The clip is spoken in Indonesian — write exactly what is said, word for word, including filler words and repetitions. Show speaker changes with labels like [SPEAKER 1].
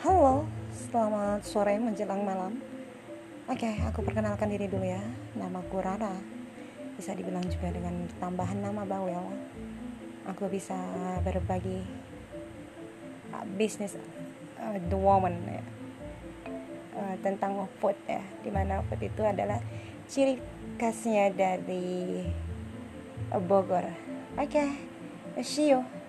[SPEAKER 1] Halo, selamat sore menjelang malam. Oke, aku perkenalkan diri dulu ya. Namaku Rara. Bisa dibilang juga dengan tambahan nama Bawel. Aku bisa berbagi uh, bisnis uh, the woman ya. Uh, tentang food ya. Dimana food itu adalah ciri khasnya dari uh, Bogor. Oke, see you.